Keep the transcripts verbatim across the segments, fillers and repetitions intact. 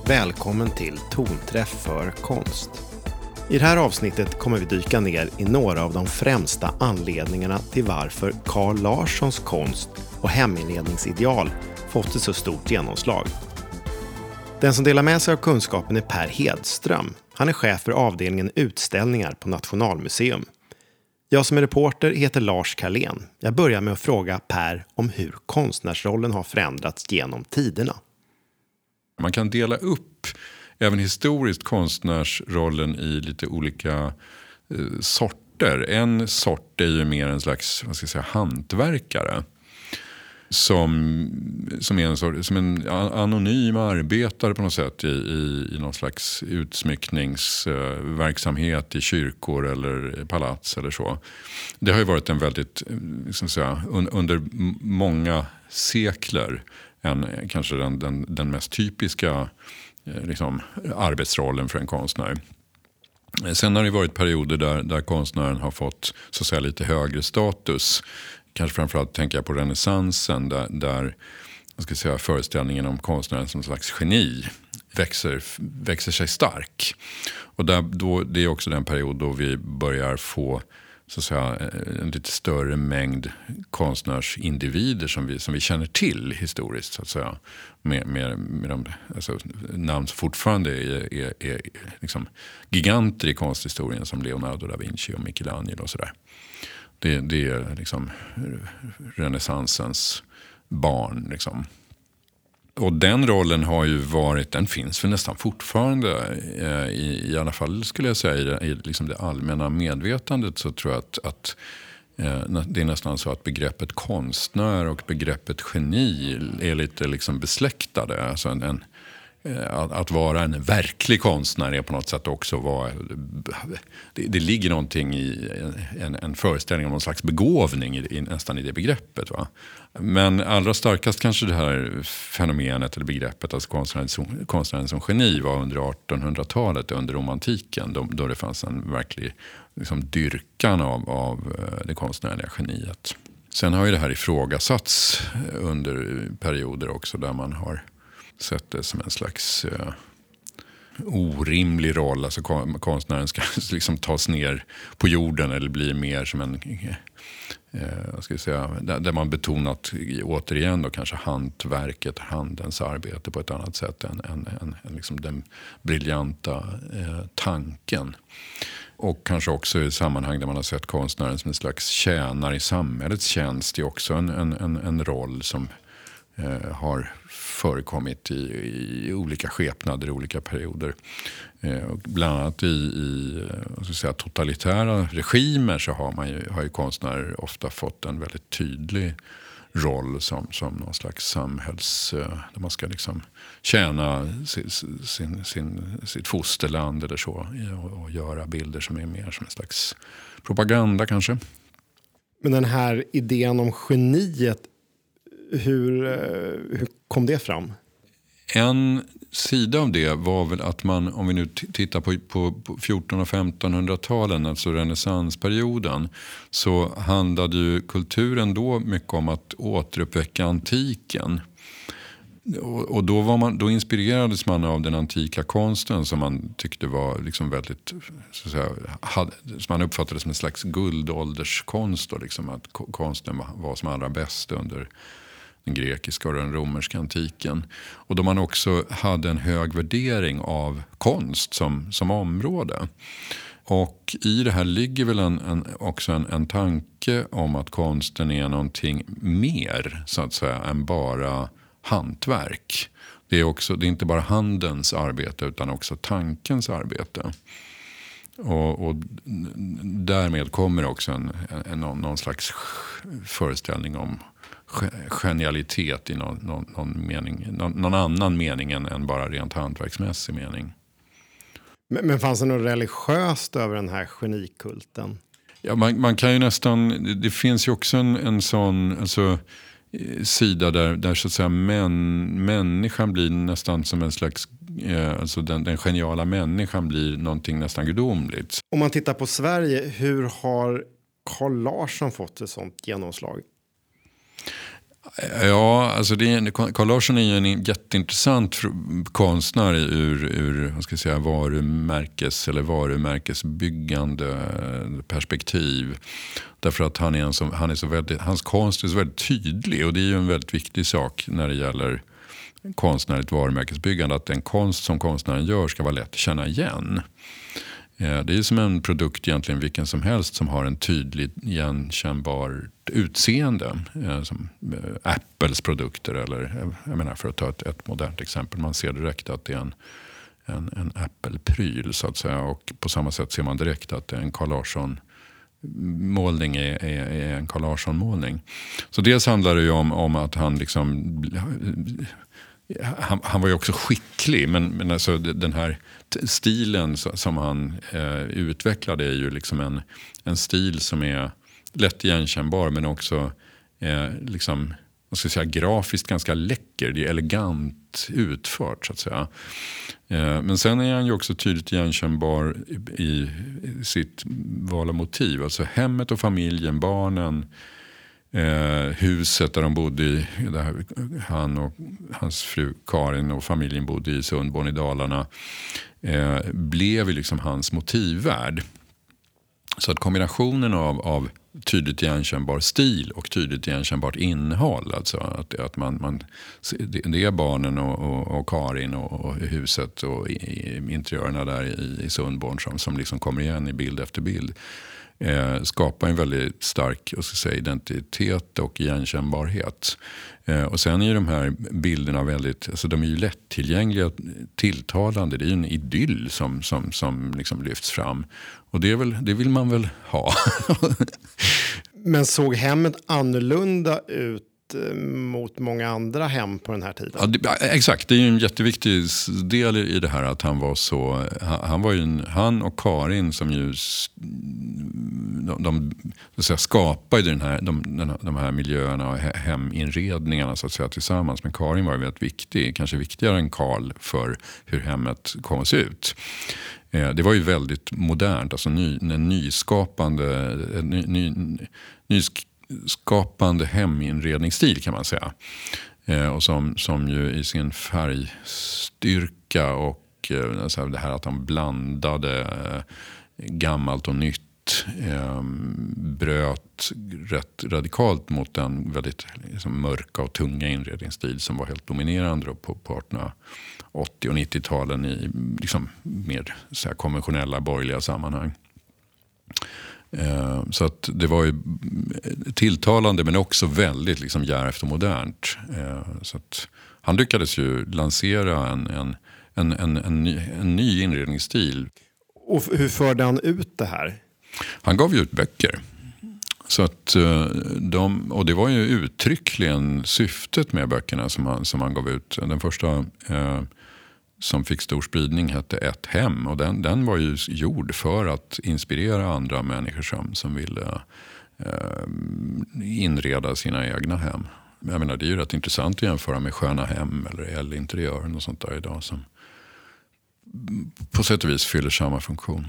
Välkommen till Tonträff för konst. I det här avsnittet kommer vi dyka ner i några av de främsta anledningarna till varför Carl Larssons konst och heminredningsideal fått ett så stort genomslag. Den som delar med sig av kunskapen är Per Hedström. Han är chef för avdelningen utställningar på Nationalmuseum. Jag som är reporter heter Lars Karlén. Jag börjar med att fråga Per om hur konstnärsrollen har förändrats genom tiderna. Man kan dela upp även historiskt konstnärsrollen i lite olika eh, sorter. En sort är ju mer en slags, vad ska jag säga, hantverkare. Som, som är en, sort, som en anonym arbetare på något sätt i, i, i någon slags utsmyckningsverksamhet i kyrkor eller palats eller så. Det har ju varit en väldigt, liksom säga, un, under många sekler en, kanske den, den, den mest typiska liksom, arbetsrollen för en konstnär. Sen har det varit perioder där, där konstnären har fått så att säga, lite högre status. Kanske framförallt tänker jag på renässansen där, där jag ska säga, föreställningen om konstnären som en slags geni växer, växer sig stark. Och där, då, det är också den period då vi börjar få så att säga, en lite större mängd konstnärsindivider som vi, som vi känner till historiskt så att säga. Med, med, med de alltså, namn som fortfarande är, är, är liksom giganter i konsthistorien som Leonardo da Vinci och Michelangelo och sådär. Det, det är liksom renässansens barn liksom. Och den rollen har ju varit, den finns för nästan fortfarande eh, i, i alla fall skulle jag säga i, i liksom det allmänna medvetandet så tror jag att, att eh, det är nästan så att begreppet konstnär och begreppet geni är lite liksom besläktade. Alltså en, en Att, att vara en verklig konstnär är på något sätt också vara, det, det ligger någonting i en, en föreställning om någon slags begåvning i, i, nästan i det begreppet. Va? Men allra starkast kanske det här fenomenet eller begreppet, alltså konstnären som, konstnären som geni var under artonhundratalet, under romantiken, då, då det fanns en verklig liksom, dyrkan av, av det konstnärliga geniet. Sen har ju det här ifrågasatts under perioder också där man har sett det som en slags eh, orimlig roll. Alltså konstnären ska liksom tas ner på jorden eller bli mer som en, eh, vad ska jag säga, där, där man betonat återigen då kanske hantverket, handens arbete på ett annat sätt än, än, än, än liksom den briljanta eh, tanken. Och kanske också i sammanhang där man har sett konstnären som en slags tjänare i samhällets tjänst är också en, en, en, en roll som eh, har förekommit i, i olika skepnader i olika perioder. Eh, bland annat i, i vad ska jag säga, totalitära regimer så har, man ju, har ju konstnärer ofta fått en väldigt tydlig roll som, som någon slags samhälls... Eh, där man ska liksom tjäna sin, sin, sin, sitt fosterland eller så och, och göra bilder som är mer som en slags propaganda kanske. Men den här idén om geniet, Hur, hur kom det fram? En sida av det var väl att man, om vi nu t- tittar på, på, på fjorton- och femtonhundratalen, alltså renässansperioden, så handlade ju kulturen då mycket om att återuppväcka antiken. Och, och då, var man, då inspirerades man av den antika konsten som man tyckte var liksom väldigt, så att säga, hade, som man uppfattade som en slags guldålderskonst. Och liksom att konsten var, var som allra bäst under den grekiska och den romerska antiken. Och då man också hade en hög värdering av konst som, som område. Och i det här ligger väl en, en, också en, en tanke om att konsten är någonting mer så att säga än bara hantverk. Det är, också, det är inte bara handens arbete utan också tankens arbete. Och, och därmed kommer också en, en, någon, någon slags föreställning om genialitet i någon, någon, någon, mening, någon, någon annan mening än, än bara rent hantverksmässig mening. Men, men fanns det något religiöst över den här genikulten? Ja, man, man kan ju nästan, det, det finns ju också en, en sån alltså, sida där, där så att säga män, människan blir nästan som en slags, eh, alltså den, den geniala människan blir någonting nästan gudomligt. Om man tittar på Sverige, hur har Carl Larsson fått ett sånt genomslag? Ja, alltså det är, Carl Larsson är ju en jätteintressant konstnär ur, ur vad ska jag säga, varumärkes eller varumärkesbyggande perspektiv. Därför att han är en som, han är så väldigt, hans konst är så väldigt tydlig, och det är ju en väldigt viktig sak när det gäller konstnärligt varumärkesbyggande, att den konst som konstnären gör ska vara lätt att känna igen. Det är som en produkt egentligen vilken som helst som har en tydlig igenkännbar utseende. Som Apples produkter, eller jag menar, för att ta ett, ett modernt exempel. Man ser direkt att det är en, en, en Apple-pryl så att säga, och på samma sätt ser man direkt att det är en Carl Larsson målning är, är, är en Carl Larsson-målning. Så dels handlar det ju om, om att han liksom... Han, han var ju också skicklig, men, men alltså den här stilen som han eh, utvecklade är ju liksom en, en stil som är lätt igenkännbar, men också eh, liksom, vad ska jag säga, grafiskt ganska läcker. Det är elegant utfört så att säga. Eh, men sen är han ju också tydligt igenkännbar i, i sitt val av motiv. Alltså hemmet och familjen, barnen, Eh, huset där de bodde i, där han och hans fru Karin och familjen bodde i Sundborn i Dalarna, eh, blev ju liksom hans motivvärld. Så att kombinationen av, av tydligt igenkännbar stil och tydligt igenkännbart innehåll, alltså att, att man, man, det är barnen och, och, och Karin och, och huset och i, i interiörerna där i, i Sundborn som, som liksom kommer igen i bild efter bild. Eh, skapar en väldigt stark, jag ska säga, identitet och igenkännbarhet. Eh, och sen är ju de här bilderna väldigt, alltså de är ju lättillgängliga, tilltalande. Det är ju en idyll som, som, som liksom lyfts fram. Och det, är väl, det vill man väl ha. Men såg hemmet annorlunda ut mot många andra hem på den här tiden? Ja, det, exakt, det är ju en jätteviktig del i det här att han var så, han, han var ju en, han och Karin som ju de, de så att säga, skapade den här, de, de här miljöerna och heminredningarna så att säga tillsammans. Men Karin var ju väldigt viktig, kanske viktigare än Carl för hur hemmet kom att se ut. Det var ju väldigt modernt, alltså ny, en nyskapande ny, ny, ny skapande heminredningsstil kan man säga. Eh, och som, som ju i sin färgstyrka och eh, alltså det här att han blandade eh, gammalt och nytt eh, bröt rätt radikalt mot den väldigt liksom, mörka och tunga inredningsstil som var helt dominerande på, på artonhundraåttio- och nittio-talen i liksom, mer så här, konventionella borgerliga sammanhang. Så att det var ju tilltalande men också väldigt liksom djärvt och modernt. Så att han lyckades ju lansera en, en, en, en, en, ny, en ny inredningsstil. Och hur förde han ut det här? Han gav ju ut böcker. Så att de, och det var ju uttryckligen syftet med böckerna som han, som han gav ut. Den första eh, som fick stor spridning hette Ett hem, och den, den var ju gjord för att inspirera andra människor som, som ville eh, inreda sina egna hem. Jag menar, det är ju rätt intressant att jämföra med Sköna hem eller L-interiören och sånt där idag som på sätt och vis fyller samma funktion.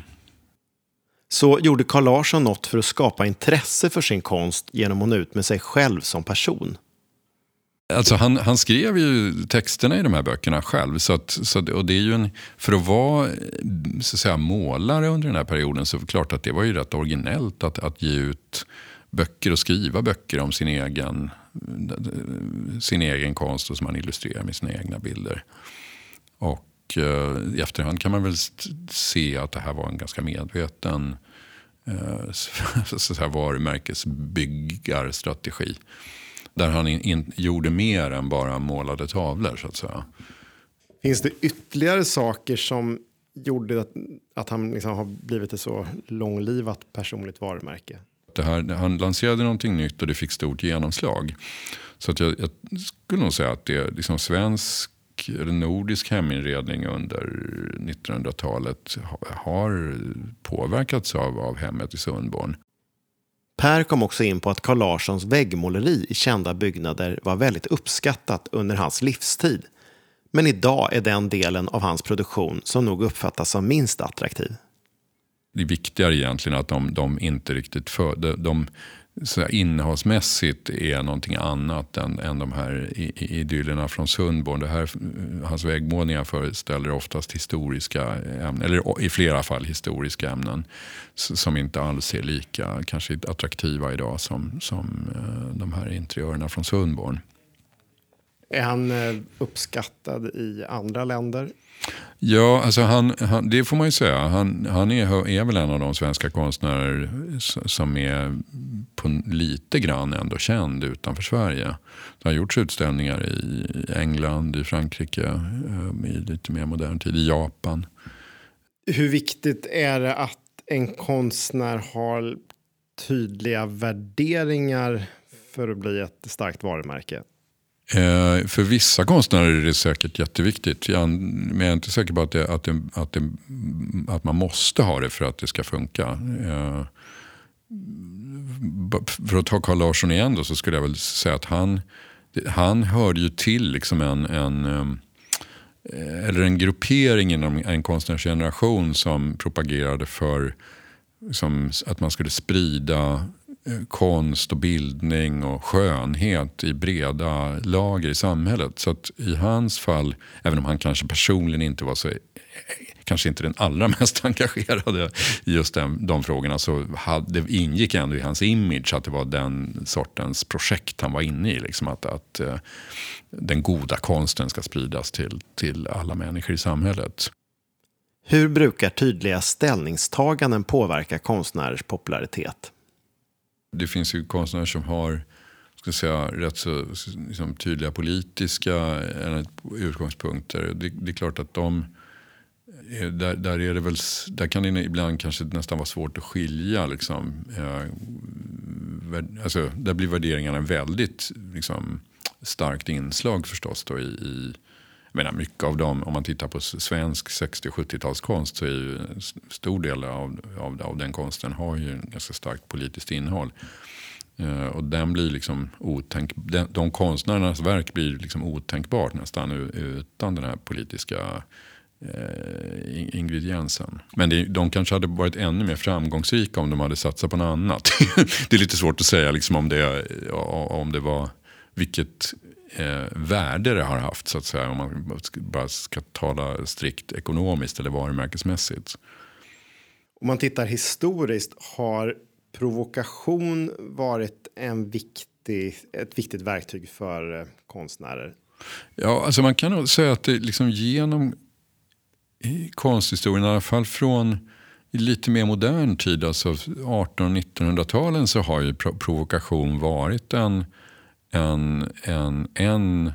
Så gjorde Carl Larsson något för att skapa intresse för sin konst genom att nå ut med sig själv som person? Alltså han, han skrev ju texterna i de här böckerna själv. Så att, så att, och det är ju en, för att vara så att säga, målare under den här perioden så är det klart att det var ju rätt originellt att, att ge ut böcker och skriva böcker om sin egen, sin egen konst och som man illustrerar med sina egna bilder. Och eh, i efterhand kan man väl se att det här var en ganska medveten eh, så att säga, varumärkesbyggarstrategi. Där han in, in, gjorde mer än bara målade tavlor så att säga. Finns det ytterligare saker som gjorde att, att han liksom har blivit ett så långlivat personligt varumärke? Det här, han lanserade någonting nytt och det fick stort genomslag. Så att jag, jag skulle nog säga att det är liksom svensk eller nordisk heminredning under nittonhundratalet har påverkats av, av hemmet i Sundborn. Per kom också in på att Carl Larssons väggmåleri i kända byggnader var väldigt uppskattat under hans livstid. Men idag är den delen av hans produktion som nog uppfattas som minst attraktiv. Det är viktigare egentligen att de, de inte riktigt för, de, de, så här, innehållsmässigt är någonting annat än, än de här idyllerna från Sundborn. Det här, hans väggmålningar föreställer oftast historiska ämnen, eller i flera fall historiska ämnen som inte alls är lika kanske attraktiva idag som, som de här interiörerna från Sundborn. Är han uppskattad i andra länder? Ja, alltså han, han, det får man ju säga. Han, han är, är väl en av de svenska konstnärer som är på lite grann ändå känd utanför Sverige. Det har gjorts utställningar i England, i Frankrike, i lite mer modern tid, i Japan. Hur viktigt är det att en konstnär har tydliga värderingar för att bli ett starkt varumärke? Eh, för vissa konstnärer är det säkert jätteviktigt. Jag, men jag är inte säker på att, det, att, det, att, det, att man måste ha det för att det ska funka. Eh, för att ta Carl Larsson igen då, så skulle jag väl säga att han, han hörde ju till liksom en, en, eller en gruppering inom en konstnärsgeneration som propagerade för liksom, att man skulle sprida konst och bildning och skönhet i breda lager i samhället. Så att i hans fall, även om han kanske personligen inte var så, kanske inte den allra mest engagerade i just den, de frågorna, så hade, det ingick ändå i hans image att det var den sortens projekt han var inne i. Liksom att, att uh, den goda konsten ska spridas till, till alla människor i samhället. Hur brukar tydliga ställningstaganden påverka konstnärers popularitet? Det finns ju konstnärer som har, ska säga, rätt så liksom, tydliga politiska utgångspunkter. Det, det är klart att de, där, där, är det väl, där kan det ibland kanske nästan vara svårt att skilja. Liksom, eh, alltså, där blir värderingarna väldigt liksom, starkt inslag förstås då i, i jag menar, mycket av dem, om man tittar på svensk sextio- och sjuttiotalskonst, så är ju en stor del av, av, av den konsten har ju en ganska starkt politiskt innehåll. Uh, och den blir liksom otänk, de, de konstnärernas verk blir liksom otänkbart nästan utan den här politiska uh, ingrediensen. Men det, de kanske hade varit ännu mer framgångsrika om de hade satsat på något annat. Det är lite svårt att säga liksom, om, det, om det var vilket Eh, värde det har haft, så att säga, om man bara ska tala strikt ekonomiskt eller varumärkesmässigt. Om man tittar historiskt, har provokation varit en viktig, ett viktigt verktyg för eh, konstnärer? Ja, alltså man kan nog säga att det liksom genom i konsthistorien, i alla fall från lite mer modern tid, alltså artonhundra- och nittonhundratalen, så har ju provokation varit en En, en, en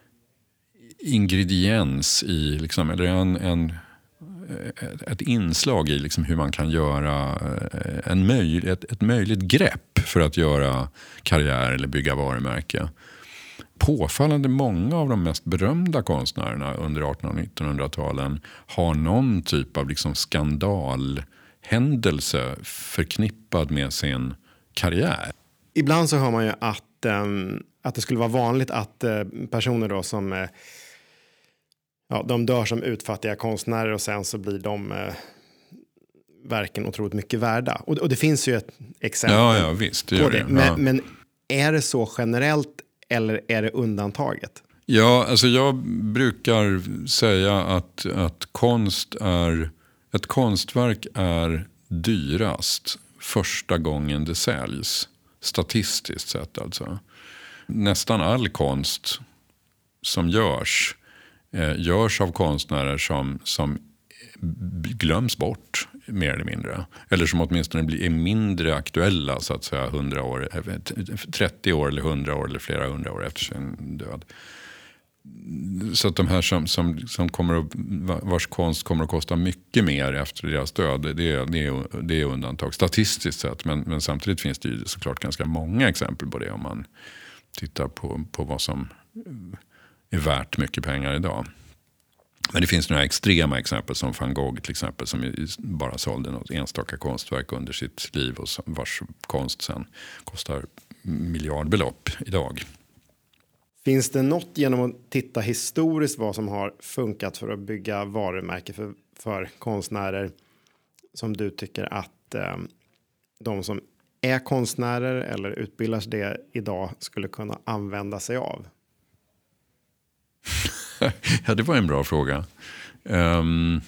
ingrediens i, liksom, eller en, en, ett inslag i liksom hur man kan göra en möj, ett, ett möjligt grepp för att göra karriär eller bygga varumärke. Påfallande många av de mest berömda konstnärerna under artonhundra- och nittonhundratalen har någon typ av liksom skandalhändelse förknippad med sin karriär. Ibland så hör man ju att att det skulle vara vanligt att personer då som ja, de dör som utfattiga konstnärer och sen så blir de verken otroligt mycket värda. Och, och det finns ju ett exempel ja, ja, visst, det på det. det. Men, ja. men är det så generellt eller är det undantaget? Ja, alltså jag brukar säga att, att konst är, ett konstverk är dyrast första gången det säljs. Statistiskt sett alltså. Nästan all konst som görs eh, görs av konstnärer som, som glöms bort mer eller mindre. Eller som åtminstone blir, är mindre aktuella så att säga hundra år, trettio år eller hundra år eller flera hundra år efter sin död. Så att de här som, som, som kommer att, vars konst kommer att kosta mycket mer efter deras död, det, det, det, är, det är undantag statistiskt sett. Men, men samtidigt finns det ju såklart ganska många exempel på det om man tittar på, på vad som är värt mycket pengar idag. Men det finns några extrema exempel som Van Gogh till exempel, som bara sålde något enstaka konstverk under sitt liv och vars konst sen kostar miljardbelopp idag. Finns det något genom att titta historiskt vad som har funkat för att bygga varumärke för, för konstnärer som du tycker att eh, de som är konstnärer eller utbildas det idag skulle kunna använda sig av? Ja, det var en bra fråga. Um,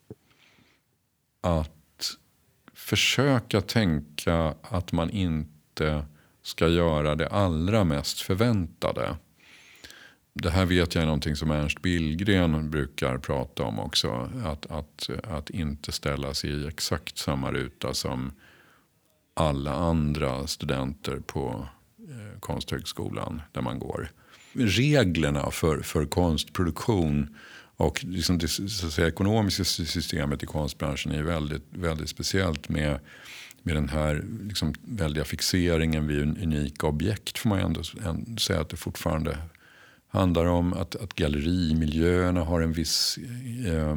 att försöka tänka att man inte ska göra det allra mest förväntade. Det här vet jag är någonting som Ernst Billgren brukar prata om också. Att, att, att inte ställa sig i exakt samma ruta som alla andra studenter på eh, Konsthögskolan där man går. Reglerna för, för konstproduktion och liksom det så att säga, ekonomiska systemet i konstbranschen är väldigt, väldigt speciellt med, med den här liksom väldiga fixeringen vid unika objekt, får man ändå säga att det fortfarande handlar om. Att, att gallerimiljöerna har en viss eh,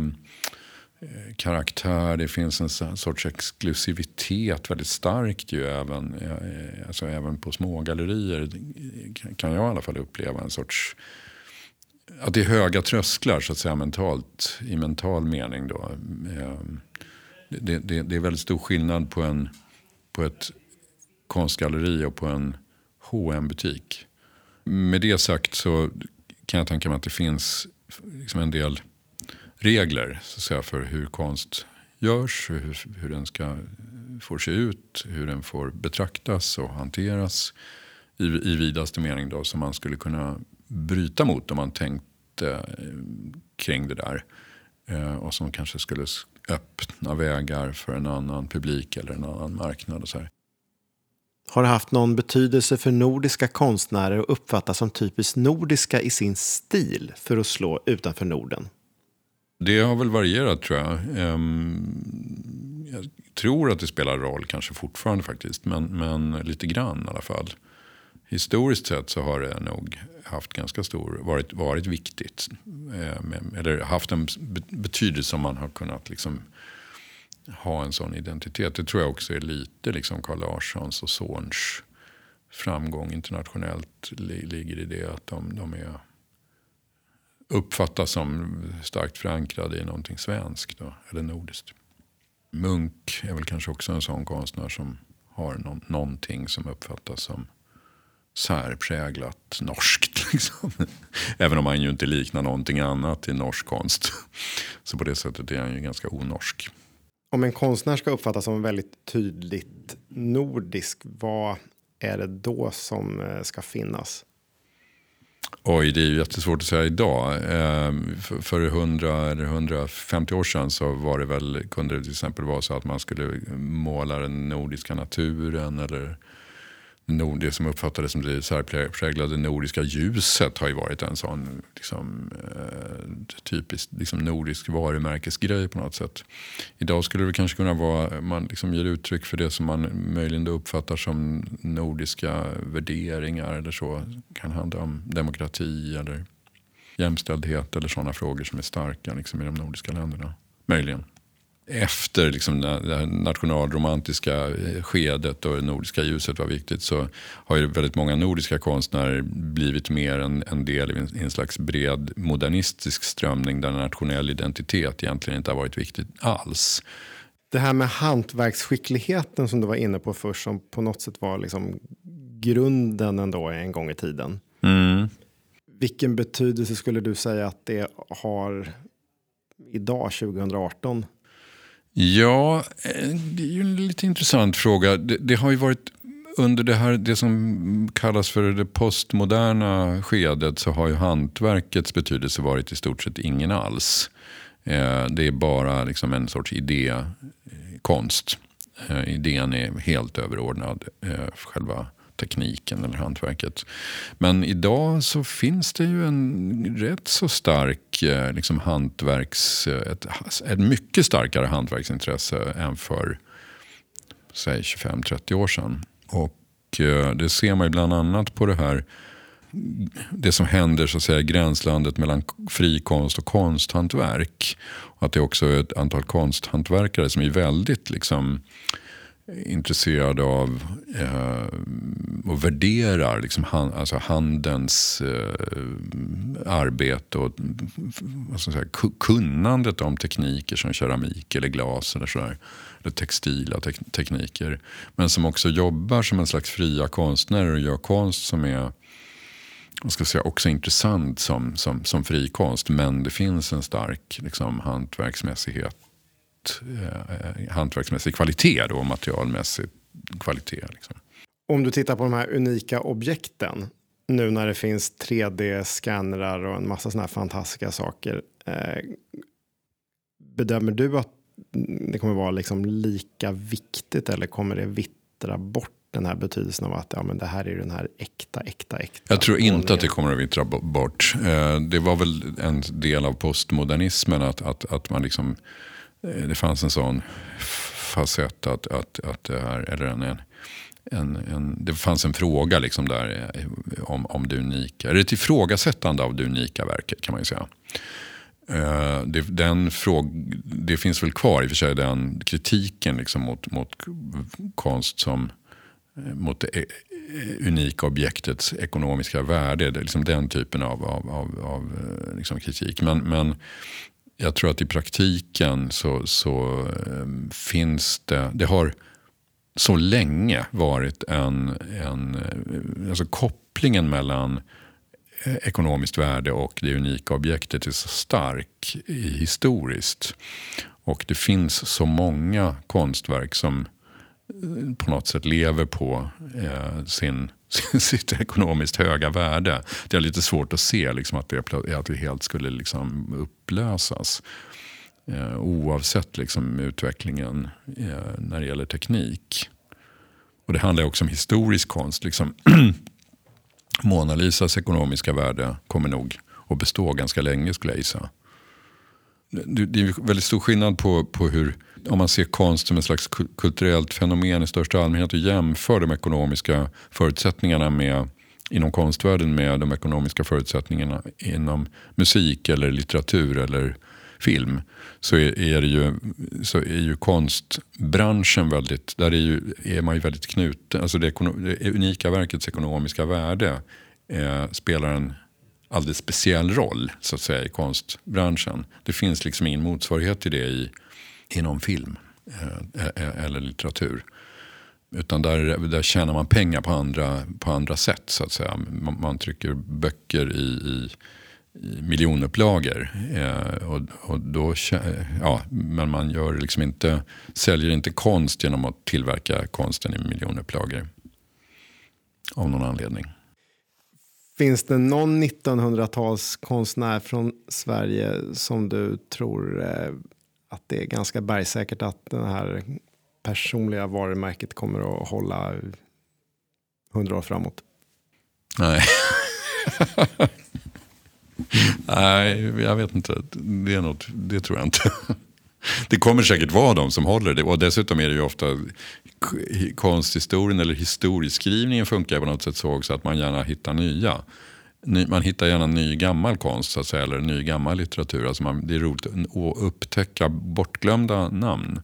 karaktär. Det finns en sorts exklusivitet väldigt starkt ju även, eh, alltså även på små gallerier kan jag i alla fall uppleva en sorts att det är höga trösklar så att säga mentalt, i mental mening då. Eh, det, det, det är väldigt stor skillnad på, en, på ett konstgalleri och på en H och M-butik. Med det sagt så kan jag tänka mig att det finns liksom en del regler så att säga, för hur konst görs, hur, hur den ska får se ut, hur den får betraktas och hanteras i, i vidaste mening då, som man skulle kunna bryta mot om man tänkte kring det där. Eh, och som kanske skulle öppna vägar för en annan publik eller en annan marknad och så här. Har det haft någon betydelse för nordiska konstnärer att uppfattas som typiskt nordiska i sin stil för att slå utanför Norden? Det har väl varierat tror jag. Jag tror att det spelar roll kanske fortfarande faktiskt. Men, men lite grann i alla fall. Historiskt sett så har det nog haft ganska stor, varit, varit viktigt. Eller haft en betydelse som man har kunnat liksom ha en sån identitet. Det tror jag också är lite liksom Carl Larssons och Zorns framgång internationellt ligger i det att de, de är uppfattas som starkt förankrade i någonting svenskt då, eller nordiskt. Munk är väl kanske också en sån konstnär som har någon, någonting som uppfattas som särpräglat norskt. Liksom. Även om han ju inte liknar någonting annat i norsk konst. Så på det sättet är han ju ganska onorsk. Om en konstnär ska uppfattas som väldigt tydligt nordisk, vad är det då som ska finnas? Oj, det är ju jättesvårt att säga idag. Eh, för, för hundra eller hundrafemtio år sedan så var det väl, kunde det till exempel vara så att man skulle måla den nordiska naturen eller det som uppfattades som det särpräglade nordiska ljuset har ju varit en sån liksom, eh, typisk liksom nordisk varumärkesgrej på något sätt. Idag skulle det kanske kunna vara, man liksom ger uttryck för det som man möjligen då uppfattar som nordiska värderingar eller så. Det kan handla om demokrati eller jämställdhet eller sådana frågor som är starka liksom, i de nordiska länderna. Möjligen. Efter liksom det här nationalromantiska skedet och det nordiska ljuset var viktigt så har ju väldigt många nordiska konstnärer blivit mer en, en del i en, en slags bred modernistisk strömning där nationell identitet egentligen inte har varit viktigt alls. Det här med hantverksskickligheten som du var inne på först som på något sätt var liksom grunden ändå en gång i tiden. Mm. Vilken betydelse skulle du säga att det har idag tjugo arton? Ja, det är ju en lite intressant fråga. Det, det har ju varit under det här, det som kallas för det postmoderna skedet så har ju hantverkets betydelse varit i stort sett ingen alls. Eh, det är bara liksom en sorts idékonst. Eh, idén är helt överordnad eh, själva tekniken eller hantverket. Men idag så finns det ju en rätt så stark liksom hantverks, ett, ett mycket starkare hantverksintresse än för säg tjugofem trettio år sedan. Och det ser man ju bland annat på det här det som händer så att säga i gränslandet mellan frikonst och konsthantverk. Och att det också är ett antal konsthantverkare som är väldigt liksom intresserade av eh, och värderar liksom hand, alltså handens eh, arbete och alltså så här, kunnandet om tekniker som keramik eller glas eller, så där, eller textila te- tekniker. Men som också jobbar som en slags fria konstnärer och gör konst som är, jag ska säga, också intressant som, som, som fri konst. Men det finns en stark liksom, hantverksmässighet, eh, hantverksmässig kvalitet då, och materialmässig kvalitet. Liksom. Om du tittar på de här unika objekten, nu när det finns tre D-scannrar och en massa såna här fantastiska saker, eh, bedömer du att det kommer vara liksom lika viktigt, eller kommer det vittra bort den här betydelsen av att ja, men det här är den här äkta, äkta, äkta? Jag tror inte att det kommer att vittra bort. Eh, det var väl en del av postmodernismen att, att, att man liksom, eh, det fanns en sån facett att, att, att det här, eller en, en En, en, det fanns en fråga liksom där om, om det unika. Eller ett ifrågasättande av det unika verket, kan man ju säga. Uh, det, den fråg, det finns väl kvar i och för sig, den kritiken liksom mot, mot konst som mot det unika objektets ekonomiska värde. Det är liksom den typen av, av, av, av liksom kritik. Men, men jag tror att i praktiken så, så um, finns det, det har så länge varit en, en alltså kopplingen mellan ekonomiskt värde och det unika objektet är så stark historiskt. Och det finns så många konstverk som på något sätt lever på eh, sin, sitt ekonomiskt höga värde. Det är lite svårt att se liksom, att, det, att det helt skulle liksom, upplösas. Eh, oavsett liksom, utvecklingen eh, när det gäller teknik. Och det handlar också om historisk konst. Liksom. Mona Lisas ekonomiska värde kommer nog att bestå ganska länge, skulle jag gissa. Det, det är väldigt stor skillnad på, på hur, om man ser konst som en slags kulturellt fenomen i största allmänhet och jämför de ekonomiska förutsättningarna med, inom konstvärlden med de ekonomiska förutsättningarna inom musik eller litteratur eller film, så är, är, det ju, så är ju konstbranschen väldigt, där är, ju, är man ju väldigt knuten, alltså det, ekono, det unika verkets ekonomiska värde eh, spelar en alldeles speciell roll så att säga i konstbranschen. Det finns liksom ingen motsvarighet till det i, inom film eh, eller litteratur. Utan där, där tjänar man pengar på andra, på andra sätt så att säga. Man, man trycker böcker i, i i miljonupplagor eh, och, och då, ja, men man gör liksom inte, säljer inte konst genom att tillverka konsten i miljonupplagor av någon anledning. Finns det någon nittonhundratals konstnär från Sverige som du tror eh, att det är ganska bergsäkert att det här personliga varumärket kommer att hålla hundra år framåt? Nej. Nej, jag vet inte. Det är något, det tror jag inte. Det kommer säkert vara de som håller det. Och dessutom är det ju ofta konsthistorien eller historieskrivningen funkar på något sätt så också att man gärna hittar nya. Man hittar gärna ny gammal konst så att säga, eller ny gammal litteratur. Alltså man, det är roligt att upptäcka bortglömda namn.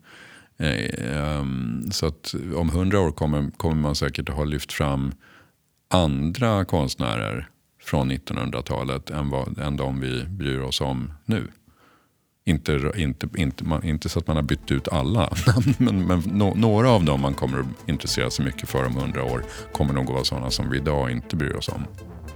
Så att om hundra år kommer, kommer man säkert att ha lyft fram andra konstnärer från nittonhundratalet än, vad, än de vi bryr oss om nu. Inte, inte, inte, man, inte så att man har bytt ut alla, men, men no, några av dem man kommer att intressera sig mycket för om hundra år kommer nog att vara sådana som vi idag inte bryr oss om.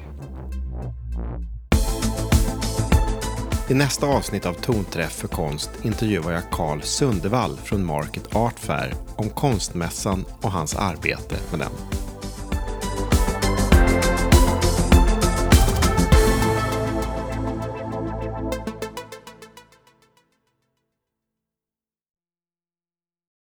I nästa avsnitt av Tonträff för konst intervjuar jag Carl Sundevall från Market Art Fair om konstmässan och hans arbete med den.